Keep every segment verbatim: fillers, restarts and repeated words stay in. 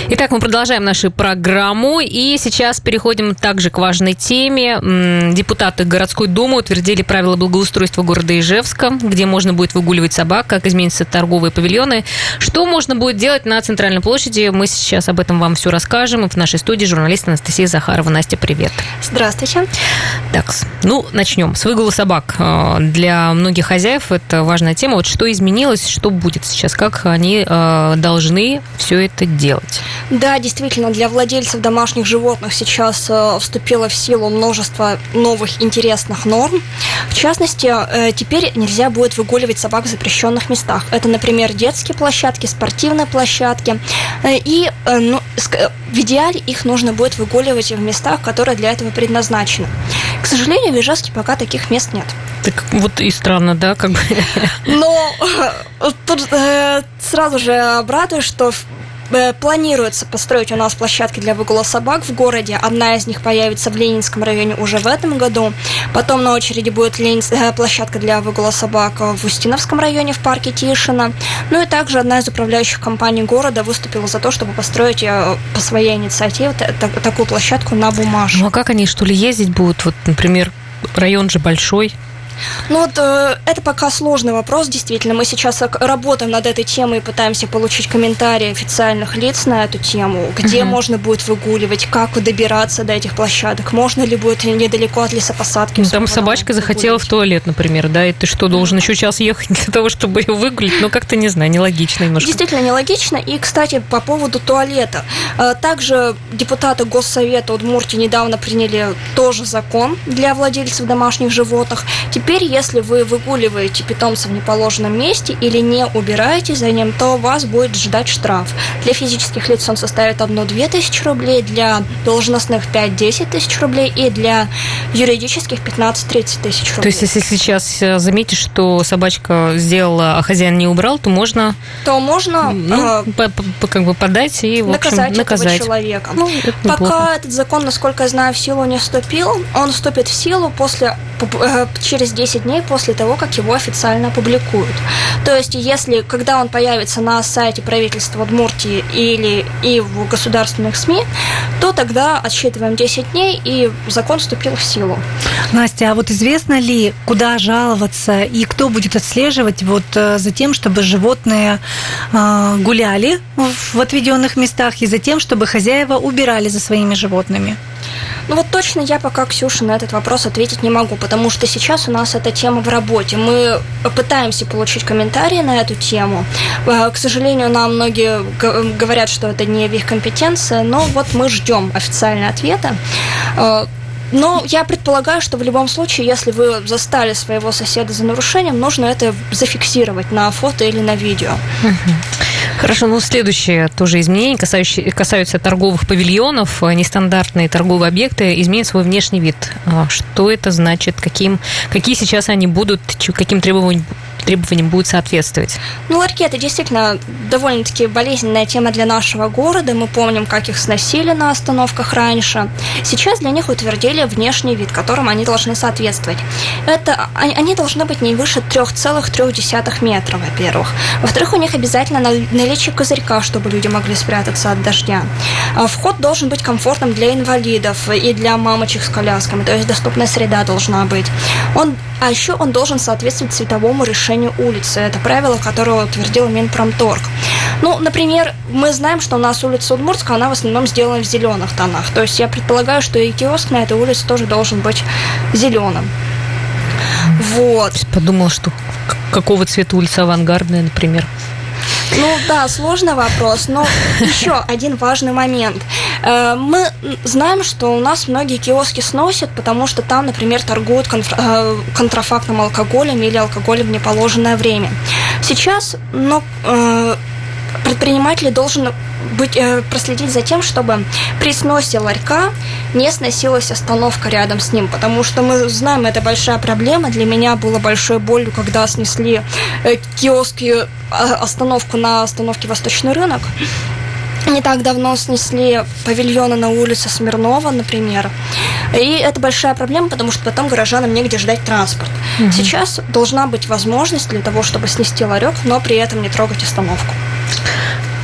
Итак, мы продолжаем нашу программу, и сейчас переходим также к важной теме. Депутаты городской думы утвердили правила благоустройства города Ижевска, где можно будет выгуливать собак, как изменятся торговые павильоны. Что можно будет делать на Центральной площади, мы сейчас об этом вам все расскажем. И в нашей студии журналист Анастасия Захарова. Настя, привет. Здравствуйте. Так, ну, начнем с выгула собак. Для многих хозяев это важная тема. Вот что изменилось, что будет сейчас, как они должны все это делать? Да, действительно, для владельцев домашних животных сейчас вступило в силу множество новых интересных норм. В частности, теперь нельзя будет выгуливать собак в запрещенных местах. Это, например, детские площадки, спортивные площадки. И ну, в идеале их нужно будет выгуливать в местах, которые для этого предназначены. К сожалению, в Ижевске пока таких мест нет. Так вот и странно, да, как бы. Но тут э, сразу же обрадую, что планируется построить у нас площадки для выгула собак в городе. Одна из них появится в Ленинском районе уже в этом году. Потом на очереди будет Ленин... площадка для выгула собак в Устиновском районе в парке Тишина. Ну и также одна из управляющих компаний города выступила за то, чтобы построить по своей инициативе такую площадку на бумажке. Ну а как они, что ли, ездить будут? Вот, например, район же большой. Ну вот э, это пока сложный вопрос, действительно. Мы сейчас работаем над этой темой и пытаемся получить комментарии официальных лиц на эту тему, где uh-huh. можно будет выгуливать, как добираться до этих площадок, можно ли будет недалеко от лесопосадки. Ну, там собачка захотела в туалет, например, да, и ты что, должен еще час ехать для того, чтобы ее выгулить? Ну, как-то, не знаю, нелогично немножко. Действительно нелогично. И, кстати, по поводу туалета. Также депутаты Госсовета Удмуртии недавно приняли тоже закон для владельцев домашних животных. Теперь Теперь, если вы выгуливаете питомца в неположенном месте или не убираете за ним, то вас будет ждать штраф. Для физических лиц он составит одну-две тысячи рублей, для должностных пять-десять тысяч рублей и для юридических пятнадцать-тридцать тысяч рублей. То есть, если сейчас заметишь, что собачка сделала, а хозяин не убрал, то можно... То можно... Ну, э, как бы подать и, в общем, наказать, наказать этого человека. Ну, пока этот закон, насколько я знаю, в силу не вступил, он вступит в силу после... через десять дней после того, как его официально опубликуют. То есть, если, когда он появится на сайте правительства Удмуртии или и в государственных СМИ, то тогда отсчитываем десять дней, и закон вступил в силу. Настя, а вот известно ли, куда жаловаться и кто будет отслеживать вот за тем, чтобы животные э, гуляли в отведенных местах и за тем, чтобы хозяева убирали за своими животными? Ну вот точно я пока, Ксюша, на этот вопрос ответить не могу, потому что сейчас у нас эта тема в работе. Мы пытаемся получить комментарии на эту тему. К сожалению, нам многие говорят, что это не в их компетенции, но вот мы ждем официального ответа. Но я предполагаю, что в любом случае, если вы застали своего соседа за нарушением, нужно это зафиксировать на фото или на видео. Хорошо, ну следующее тоже изменение, касающееся, касаются торговых павильонов. Нестандартные торговые объекты изменят свой внешний вид. Что это значит? Каким, какие сейчас они будут, каким требованиям требованиям будут соответствовать? Ну, ларьки – это действительно довольно-таки болезненная тема для нашего города. Мы помним, как их сносили на остановках раньше. Сейчас для них утвердили внешний вид, которому они должны соответствовать. Это, они должны быть не выше три целых три десятых метра, во-первых. Во-вторых, у них обязательно наличие козырька, чтобы люди могли спрятаться от дождя. Вход должен быть комфортным для инвалидов и для мамочек с колясками, то есть доступная среда должна быть. Он, а еще он должен соответствовать цветовому решению улицы. Это правило, которое утвердил Минпромторг. Ну, например, мы знаем, что у нас улица Удмуртская, она в основном сделана в зеленых тонах. То есть я предполагаю, что и киоск на этой улице тоже должен быть зеленым. Вот. Подумала, что какого цвета улица Авангардная, например. Ну да, сложный вопрос, но еще один важный момент. Мы знаем, что у нас многие киоски сносят, потому что там, например, торгуют контрафактным алкоголем или алкоголем в неположенное время. Сейчас, ну, предприниматель должен быть, проследить за тем, чтобы при сносе ларька не сносилась остановка рядом с ним, потому что мы знаем, это большая проблема. Для меня было большой болью, когда снесли киоски, остановку на остановке Восточный рынок. Не так давно снесли павильоны на улице Смирнова, например. И это большая проблема, потому что потом горожанам негде ждать транспорт. Угу. Сейчас должна быть возможность для того, чтобы снести ларек, но при этом не трогать остановку.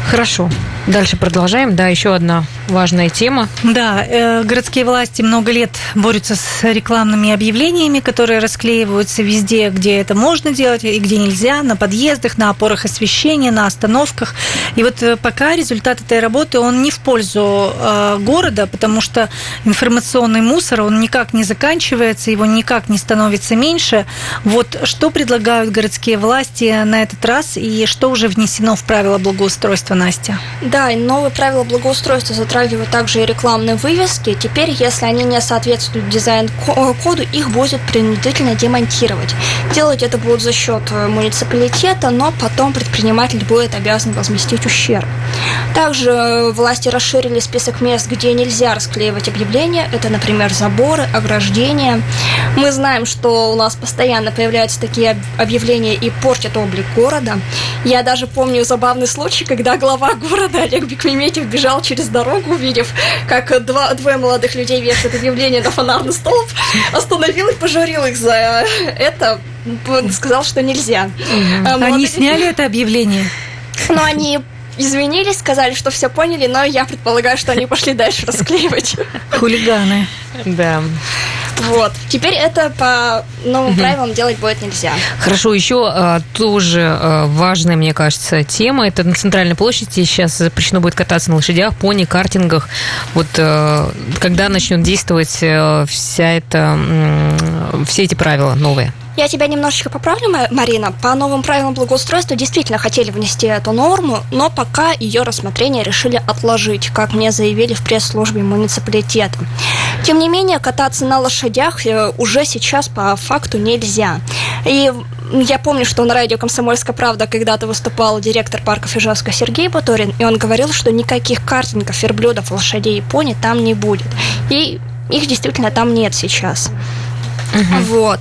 Хорошо. Дальше продолжаем. Да, еще одна важная тема. Да, э, городские власти много лет борются с рекламными объявлениями, которые расклеиваются везде, где это можно делать и где нельзя, на подъездах, на опорах освещения, на остановках. И вот э, пока результат этой работы, он не в пользу э, города, потому что информационный мусор, он никак не заканчивается, его никак не становится меньше. Вот что предлагают городские власти на этот раз и что уже внесено в правила благоустройства, Настя? Да, и новые правила благоустройства затрагивают также и рекламные вывески. Теперь, если они не соответствуют дизайн-коду, их будет принудительно демонтировать. Делать это будут за счет муниципалитета, но потом предприниматель будет обязан возместить ущерб. Также власти расширили список мест, где нельзя расклеивать объявления. Это, например, заборы, ограждения. Мы знаем, что у нас постоянно появляются такие объявления и портят облик города. Я даже помню забавный случай, когда глава города Олег Бекмеметьев бежал через дорогу, увидев, как два, двое молодых людей вешают объявление на фонарный столб, остановил и пожурил их за это, сказал, что нельзя. Угу. Они сняли это объявление? Но они извинились, сказали, что все поняли, но я предполагаю, что они пошли дальше расклеивать. Хулиганы. Да. Вот. Теперь это по новым угу. правилам делать будет нельзя. Хорошо, еще а, тоже а, важная, мне кажется, тема. Это на Центральной площади сейчас запрещено будет кататься на лошадях, пони, картингах. Вот а, когда начнет действовать а, вся эта, м, все эти правила новые? Я тебя немножечко поправлю, Марина. По новым правилам благоустройства действительно хотели внести эту норму, но пока ее рассмотрение решили отложить, как мне заявили в пресс-службе муниципалитета. Тем не менее, кататься на лошадях уже сейчас по факту нельзя. И я помню, что на радио «Комсомольская правда» когда-то выступал директор парков Ижевска Сергей Буторин, и он говорил, что никаких картингов, верблюдов, лошадей и пони там не будет. И их действительно там нет сейчас. Uh-huh. Вот.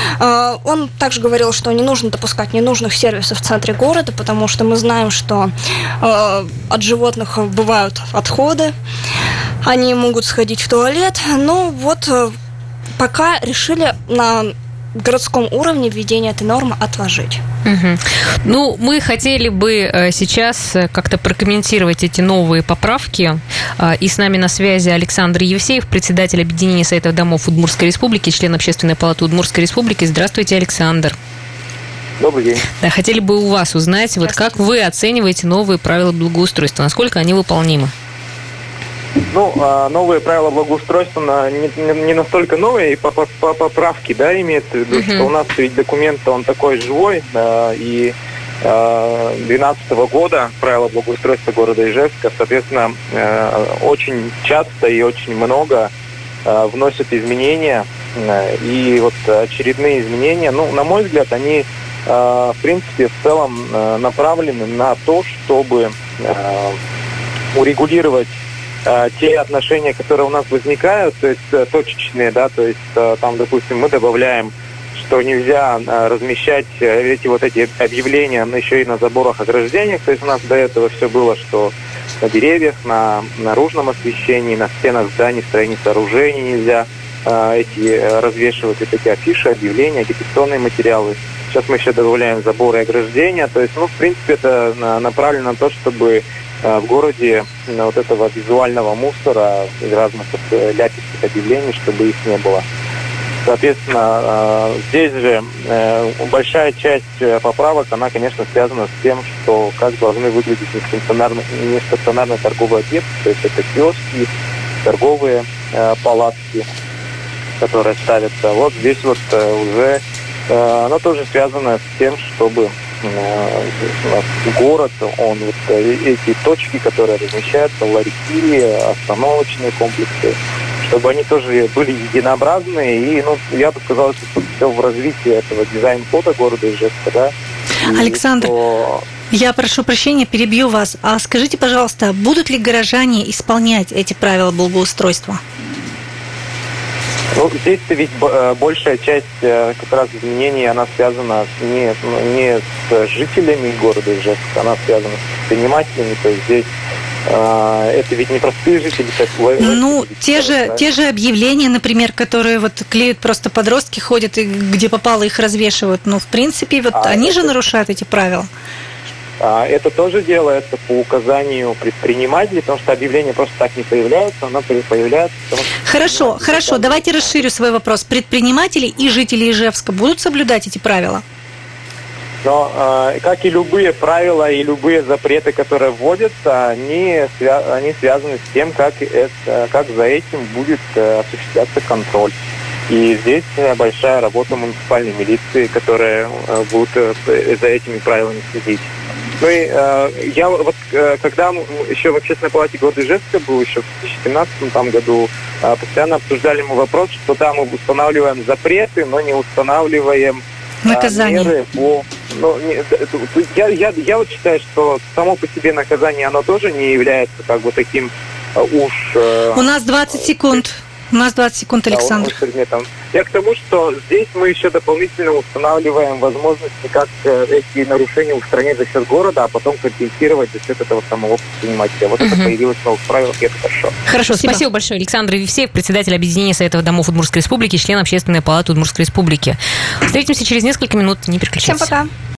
Он также говорил, что не нужно допускать ненужных сервисов в центре города, потому что мы знаем, что от животных бывают отходы, они могут сходить в туалет. Ну вот пока решили на городском уровне введение этой нормы отложить. Угу. Ну, мы хотели бы сейчас как-то прокомментировать эти новые поправки. И с нами на связи Александр Евсеев, председатель объединения Советов домов Удмуртской Республики, член Общественной палаты Удмуртской Республики. Здравствуйте, Александр. Добрый день. Да, хотели бы у вас узнать, вот как вы оцениваете новые правила благоустройства, насколько они выполнимы? Ну, новые правила благоустройства не, не настолько новые, и по, по, по поправке, да, имеется в виду, uh-huh. что у нас ведь документ, он такой живой, да, и две тысячи двенадцатого года правила благоустройства города Ижевска, соответственно, очень часто и очень много вносят изменения, и вот очередные изменения, ну, на мой взгляд, они, в принципе, в целом направлены на то, чтобы урегулировать те отношения, которые у нас возникают, то есть точечные, да, то есть там, допустим, мы добавляем, что нельзя размещать эти вот эти объявления еще и на заборах, ограждениях, то есть у нас до этого все было, что на деревьях, на наружном освещении, на стенах зданий, строений сооружений нельзя эти развешивать вот эти афиши, объявления, агитационные материалы. Сейчас мы еще добавляем заборы и ограждения, то есть, ну, в принципе, это направлено на то, чтобы в городе вот этого визуального мусора и разных ляпистых объявлений, чтобы их не было. Соответственно, здесь же большая часть поправок, она, конечно, связана с тем, что как должны выглядеть нестационарные, нестационарные торговые объекты, то есть это киоски, торговые палатки, которые ставятся. Вот здесь вот уже оно тоже связано с тем, чтобы город, он вот эти точки, которые размещаются, ларьки, остановочные комплексы, чтобы они тоже были единообразные. И, ну, я бы сказал, что все в развитии этого дизайн-кода города Ижевска, да. Александр, что... я прошу прощения, перебью вас. А скажите, пожалуйста, будут ли горожане исполнять эти правила благоустройства? Ну, здесь-то ведь большая часть как раз изменений, она связана не, не с жителями города Ижевска, она связана с предпринимателями, то есть здесь э, это ведь не простые жители. Так, ну, те же, да? те же объявления, например, которые вот клеют просто подростки, ходят и где попало их развешивают, ну, в принципе, вот а они это... же нарушают эти правила. Это тоже делается по указанию предпринимателей, потому что объявление просто так не появляется, оно появляется. Хорошо, хорошо, давайте расширю свой вопрос. Предприниматели и жители Ижевска будут соблюдать эти правила? Но, как и любые правила и любые запреты, которые вводятся, они, свя- они связаны с тем, как, это, как за этим будет осуществляться контроль. И здесь большая работа муниципальной милиции, которая будут за этими правилами следить. Ну и э, я вот, э, когда еще в Общественной палате города Ижевска был, еще в две тысячи семнадцатом там, году, э, постоянно обсуждали мы вопрос, что там мы устанавливаем запреты, но не устанавливаем э, наказание. меры по... Ну, не, я, я, я вот считаю, что само по себе наказание, оно тоже не является как бы таким э, уж... Э, У нас двадцать секунд. У нас двадцать секунд, Александр. Да, я к тому, что здесь мы еще дополнительно устанавливаем возможности, как эти нарушения устранять за счет города, а потом компенсировать за счет этого самого предпринимателя. Вот угу. это появилось в новых правилах, и это хорошо. Хорошо, спасибо, спасибо большое. Александр Евсеев, председатель объединения Советов домов Удмуртской Республики, член Общественной палаты Удмуртской Республики. Встретимся через несколько минут, не переключайтесь. Всем пока.